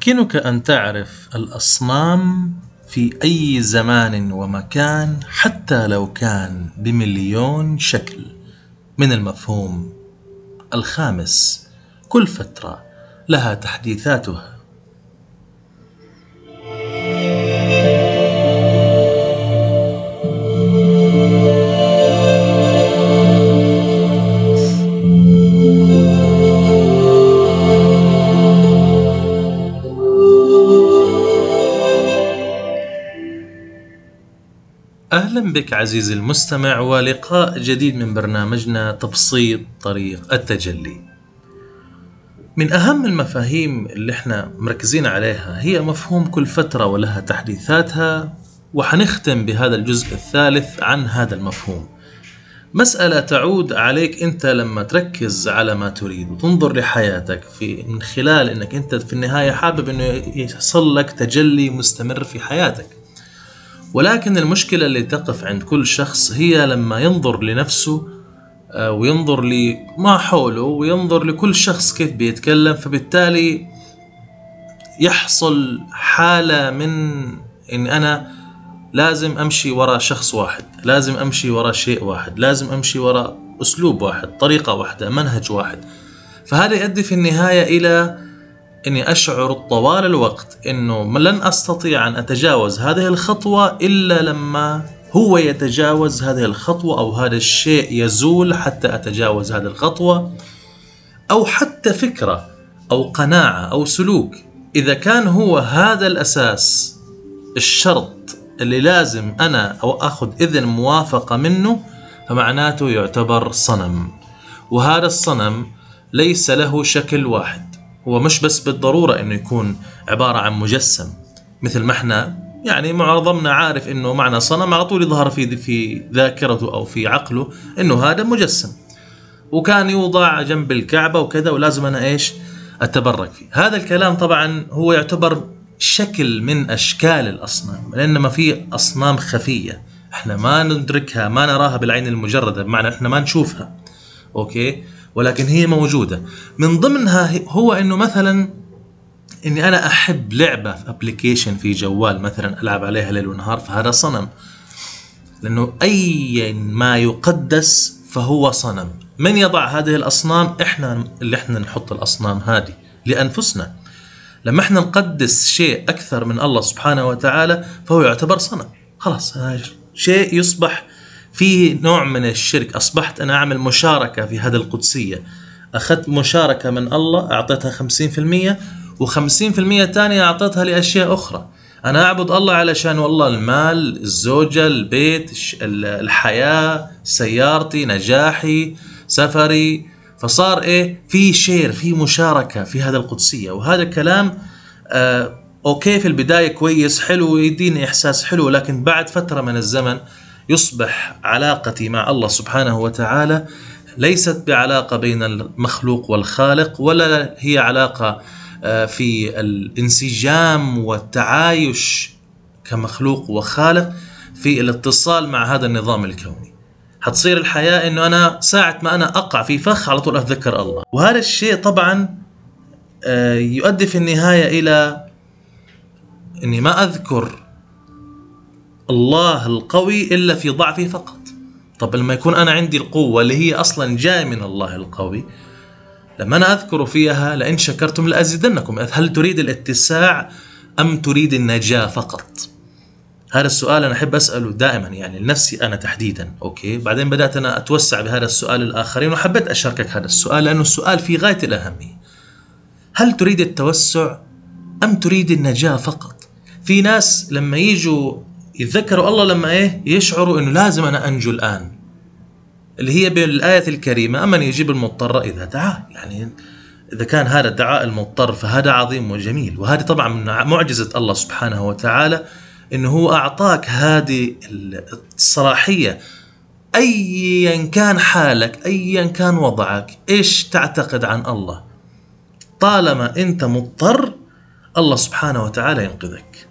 يمكنك أن تعرف الأصنام في أي زمان ومكان حتى لو كان بمليون شكل. من المفهوم الخامس: كل فترة لها تحديثاتها. أهلا بك عزيزي المستمع، ولقاء جديد من برنامجنا تبسيط طريق التجلي. من أهم المفاهيم اللي احنا مركزين عليها هي مفهوم كل فترة ولها تحديثاتها، وحنختم بهذا الجزء الثالث عن هذا المفهوم. مسألة تعود عليك أنت لما تركز على ما تريد وتنظر لحياتك من خلال أنك أنت في النهاية حابب أنه يحصل لك تجلي مستمر في حياتك. ولكن المشكلة اللي تقف عند كل شخص هي لما ينظر لنفسه وينظر لما حوله وينظر لكل شخص كيف بيتكلم، فبالتالي يحصل حالة من إن أنا لازم أمشي وراء شخص واحد، لازم أمشي وراء شيء واحد، لازم أمشي وراء أسلوب واحد، طريقة واحدة، منهج واحد. فهذا يؤدي في النهاية إلى أني أشعر طوال الوقت أنه لن أستطيع أن أتجاوز هذه الخطوة إلا لما هو يتجاوز هذه الخطوة، أو هذا الشيء يزول حتى أتجاوز هذه الخطوة، أو حتى فكرة أو قناعة أو سلوك. إذا كان هو هذا الأساس الشرط اللي لازم أنا أو أخذ إذن موافقة منه، فمعناته يعتبر صنم. وهذا الصنم ليس له شكل واحد، هو مش بس بالضرورة إنه يكون عبارة عن مجسم، مثل ما احنا يعني معظمنا عارف إنه معنى صنم على طول يظهر في ذاكرته أو في عقله إنه هذا مجسم وكان يوضع جنب الكعبة وكذا ولازم أنا أتبرك فيه. هذا الكلام طبعا هو يعتبر شكل من أشكال الأصنام، لأن ما في أصنام خفية احنا ما ندركها، ما نراها بالعين المجردة، بمعنى احنا ما نشوفها، أوكي، ولكن هي موجودة. من ضمنها هو إنه مثلا إني أنا أحب لعبة في أبليكيشن في جوال مثلا ألعب عليها ليل ونهار، فهذا صنم، لأنه أي ما يقدس فهو صنم. من يضع هذه الأصنام؟ إحنا اللي إحنا نحط الأصنام هذه لأنفسنا. لما إحنا نقدس شيء أكثر من الله سبحانه وتعالى فهو يعتبر صنم، خلاص شيء يصبح فيه نوع من الشرك. أصبحت أنا أعمل مشاركة في هذه القدسية، أخذت مشاركة من الله أعطيتها 50%، و50% تانية أعطيتها لأشياء أخرى. أنا أعبد الله علشان والله المال، الزوجة، البيت، الحياة، سيارتي، نجاحي، سفري، فصار في شير، في مشاركة في هذا القدسية. وهذا الكلام أوكي في البداية كويس حلو ويديني إحساس حلو، لكن بعد فترة من الزمن يصبح علاقتي مع الله سبحانه وتعالى ليست بعلاقة بين المخلوق والخالق، ولا هي علاقة في الانسجام والتعايش كمخلوق وخالق في الاتصال مع هذا النظام الكوني. حتصير الحياة إنه أنا ساعة ما أنا أقع في فخ على طول أتذكر الله، وهذا الشيء طبعا يؤدي في النهاية إلى إني ما أذكر الله القوي إلا في ضعفي فقط. طب لما يكون أنا عندي القوة اللي هي أصلا جاي من الله القوي، لما أنا أذكر فيها لئن شكرتم لأزيدنكم، هل تريد الاتساع أم تريد النجاة فقط؟ هذا السؤال أنا أحب أسأله دائما، يعني لنفسي أنا تحديدا. أوكي، بعدين بدأت أنا أتوسع بهذا السؤال للآخرين، وحبيت أشاركك هذا السؤال لأنه السؤال في غاية الأهمية. هل تريد التوسع أم تريد النجاة فقط؟ في ناس لما يجوا يتذكروا الله لما يشعروا إنه لازم أنا أنجو الآن، اللي هي بالآية الكريمة أمن يجيب المضطر إذا دعاه. يعني إذا كان هذا الدعاء المضطر فهذا عظيم وجميل، وهذه طبعا من معجزة الله سبحانه وتعالى إنه هو أعطاك هذه الصلاحية. أيا كان حالك، أيا كان وضعك، إيش تعتقد عن الله، طالما أنت مضطر الله سبحانه وتعالى ينقذك.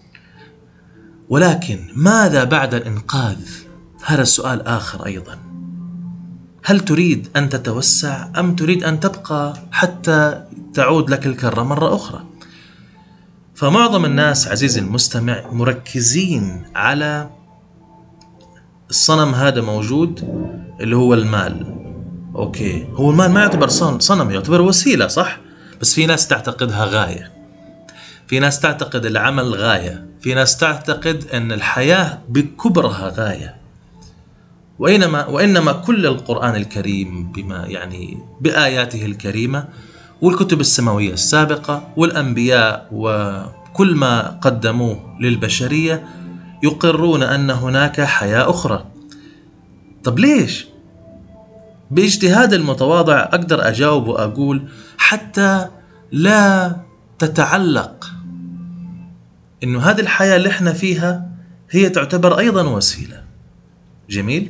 ولكن ماذا بعد الإنقاذ؟ هذا السؤال آخر أيضا. هل تريد أن تتوسع أم تريد أن تبقى حتى تعود لك الكرة مرة أخرى؟ فمعظم الناس عزيزي المستمع مركزين على الصنم هذا موجود اللي هو المال. أوكي، هو المال ما يعتبر صنم، يعتبر وسيلة، صح؟ بس في ناس تعتقدها غاية، في ناس تعتقد العمل غاية، في ناس تعتقد أن الحياة بكبرها غاية. وإنما كل القرآن الكريم بما يعني بآياته الكريمة والكتب السماوية السابقة والأنبياء وكل ما قدموه للبشرية يقرون أن هناك حياة أخرى. طب ليش؟ باجتهاد المتواضع أقدر أجاوب وأقول حتى لا تتعلق إنه هذه الحياة اللي احنا فيها هي تعتبر أيضا وسيلة. جميل؟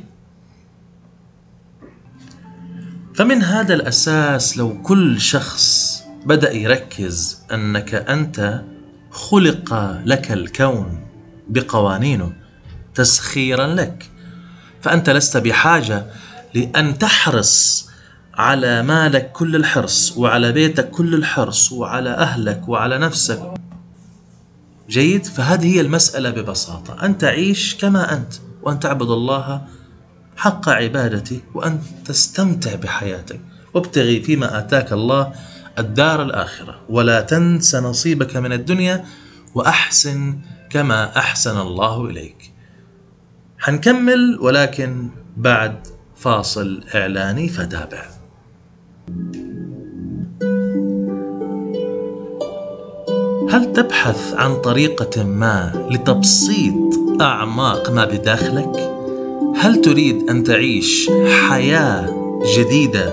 فمن هذا الأساس لو كل شخص بدأ يركز أنك أنت خلق لك الكون بقوانينه تسخيرا لك، فأنت لست بحاجة لأن تحرص على مالك كل الحرص وعلى بيتك كل الحرص وعلى أهلك وعلى نفسك. جيد؟ فهذه هي المسألة ببساطة، أن تعيش كما أنت وأن تعبد الله حق عبادته وأن تستمتع بحياتك، وابتغي فيما آتاك الله الدار الآخرة ولا تنس نصيبك من الدنيا وأحسن كما أحسن الله إليك. حنكمل ولكن بعد فاصل إعلاني فتابع. هل تبحث عن طريقة ما لتبسيط أعماق ما بداخلك؟ هل تريد أن تعيش حياة جديدة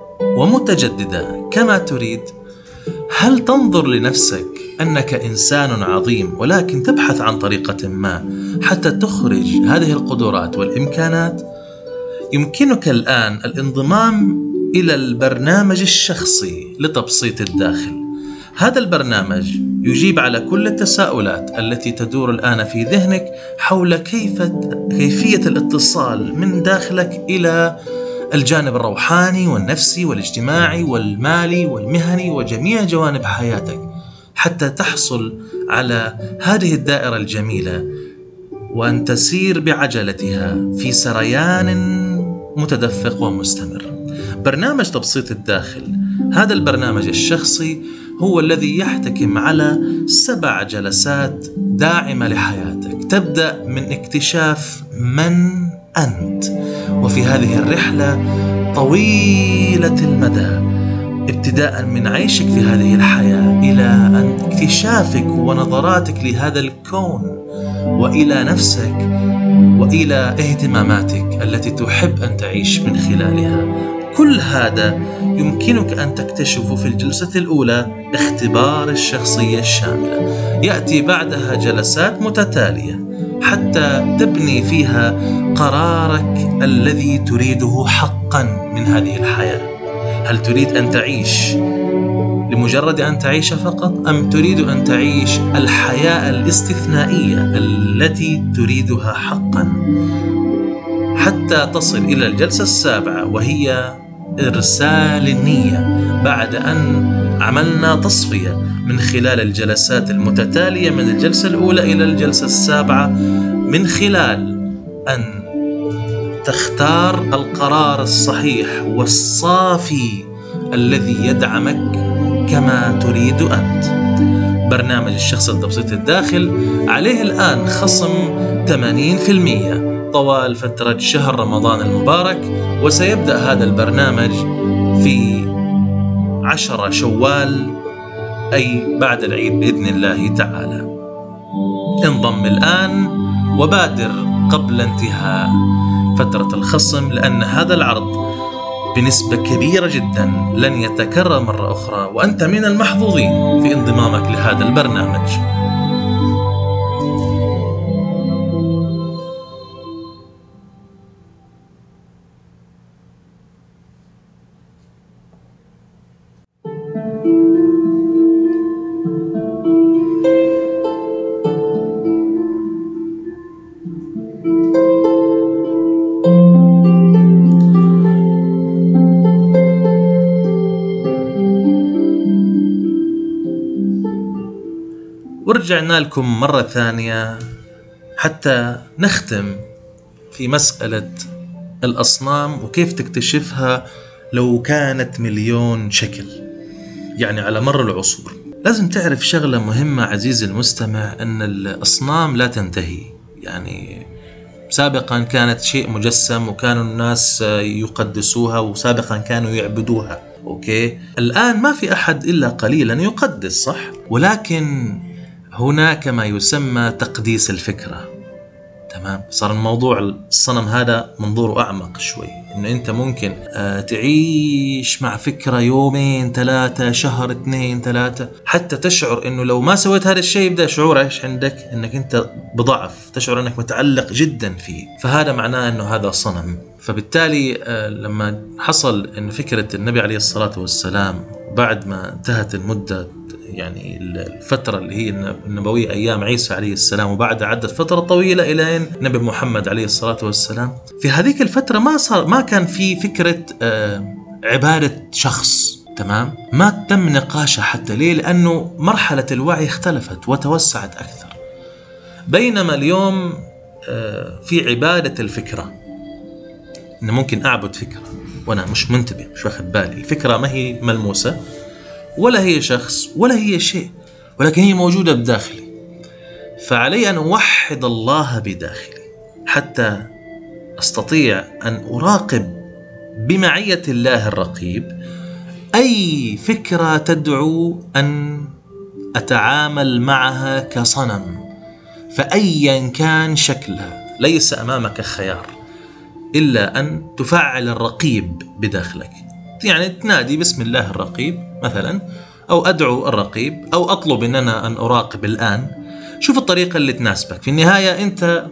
ومتجددة كما تريد؟ هل تنظر لنفسك أنك إنسان عظيم ولكن تبحث عن طريقة ما حتى تخرج هذه القدرات والإمكانات؟ يمكنك الآن الانضمام إلى البرنامج الشخصي لتبسيط الداخل. هذا البرنامج يجيب على كل التساؤلات التي تدور الآن في ذهنك حول كيفية الاتصال من داخلك إلى الجانب الروحاني والنفسي والاجتماعي والمالي والمهني وجميع جوانب حياتك، حتى تحصل على هذه الدائرة الجميلة وأن تسير بعجلتها في سريان متدفق ومستمر. برنامج تبسيط الداخل، هذا البرنامج الشخصي هو الذي يحتكم على 7 جلسات داعمة لحياتك، تبدأ من اكتشاف من أنت، وفي هذه الرحلة طويلة المدى ابتداء من عيشك في هذه الحياة إلى أن اكتشافك ونظراتك لهذا الكون وإلى نفسك وإلى اهتماماتك التي تحب أن تعيش من خلالها. كل هذا يمكنك أن تكتشفه في الجلسة الأولى، اختبار الشخصية الشاملة. يأتي بعدها جلسات متتالية حتى تبني فيها قرارك الذي تريده حقا من هذه الحياة. هل تريد أن تعيش لمجرد أن تعيش فقط، أم تريد أن تعيش الحياة الاستثنائية التي تريدها حقا؟ حتى تصل إلى الجلسة 7 وهي إرسال النية، بعد أن عملنا تصفية من خلال الجلسات المتتالية من الجلسة الأولى إلى الجلسة 7، من خلال أن تختار القرار الصحيح والصافي الذي يدعمك كما تريد أنت. برنامج الشخص التبسيط الداخل عليه الآن خصم 80% طوال فترة شهر رمضان المبارك، وسيبدأ هذا البرنامج في 10 شوال أي بعد العيد بإذن الله تعالى. انضم الآن وبادر قبل انتهاء فترة الخصم، لأن هذا العرض بنسبة كبيرة جدا لن يتكرر مرة أخرى، وأنت من المحظوظين في انضمامك لهذا البرنامج. ورجعنا لكم مرة ثانية حتى نختم في مسألة الأصنام وكيف تكتشفها لو كانت مليون شكل، يعني على مر العصور. لازم تعرف شغلة مهمة عزيزي المستمع، أن الأصنام لا تنتهي. يعني سابقا كانت شيء مجسم وكانوا الناس يقدسوها، وسابقا كانوا يعبدوها، أوكي؟ الآن ما في أحد إلا قليلا يقدس، صح؟ ولكن هناك ما يسمى تقديس الفكرة. تمام؟ صار الموضوع الصنم هذا منظوره أعمق شوي، إنه أنت ممكن تعيش مع فكرة يومين 3 شهر 2 3 حتى تشعر إنه لو ما سويت هذا الشيء يبدأ شعور إيش عندك؟ إنك أنت بضعف، تشعر إنك متعلق جدا فيه، فهذا معناه إنه هذا صنم. فبالتالي لما حصل إن فكرة النبي عليه الصلاة والسلام بعد ما انتهت المدة، يعني الفترة اللي هي النبوية أيام عيسى عليه السلام، وبعدها عدت فترة طويلة إلى أن نبي محمد عليه الصلاة والسلام، في هذيك الفترة ما كان في فكرة عبادة شخص. تمام؟ ما تم نقاشها. حتى ليه؟ لأنه مرحلة الوعي اختلفت وتوسعت أكثر. بينما اليوم في عبادة الفكرة، إنه ممكن أعبد فكرة وأنا مش منتبه، مش واخد بالي. الفكرة ما هي ملموسة ولا هي شخص ولا هي شيء، ولكن هي موجودة بداخلي، فعلي أن أوحد الله بداخلي حتى أستطيع أن أراقب بمعية الله الرقيب أي فكرة تدعو أن أتعامل معها كصنم، فأيا كان شكلها ليس أمامك خيار إلا أن تفعل الرقيب بداخلك. يعني تنادي بسم الله الرقيب مثلا، أو أدعو الرقيب، أو أطلب أن أراقب الآن. شوف الطريقة اللي تناسبك. في النهاية أنت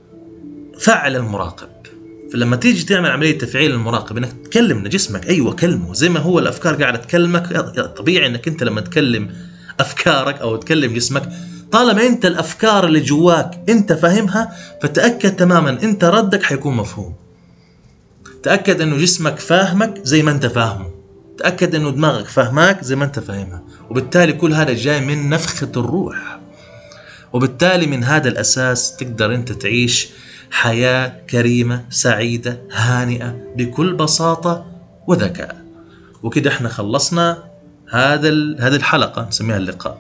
فعل المراقب. فلما تيجي تعمل عملية تفعيل المراقب، أنك تكلم جسمك، أيوة كلمه زي ما هو الأفكار قاعدة تكلمك. طبيعي أنك أنت لما تكلم أفكارك أو تكلم جسمك، طالما أنت الأفكار اللي جواك أنت فاهمها، فتأكد تماما أنت ردك حيكون مفهوم. تأكد أنه جسمك فاهمك زي ما أنت فاهمه، تأكد أنه دماغك فاهمك زي ما أنت فاهمها. وبالتالي كل هذا جاي من نفخة الروح، وبالتالي من هذا الأساس تقدر أنت تعيش حياة كريمة سعيدة هانئة بكل بساطة وذكاء. وكده احنا خلصنا هذه الحلقة، نسميها اللقاء،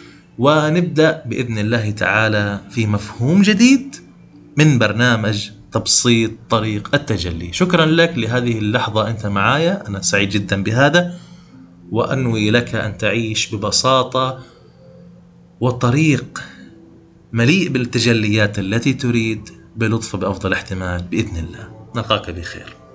ونبدأ بإذن الله تعالى في مفهوم جديد من برنامج تبسيط طريق التجلي. شكرا لك لهذه اللحظة، أنت معايا، أنا سعيد جدا بهذا، وأنوي لك أن تعيش ببساطة وطريق مليء بالتجليات التي تريد، بلطف بأفضل احتمال بإذن الله. نلقاك بخير.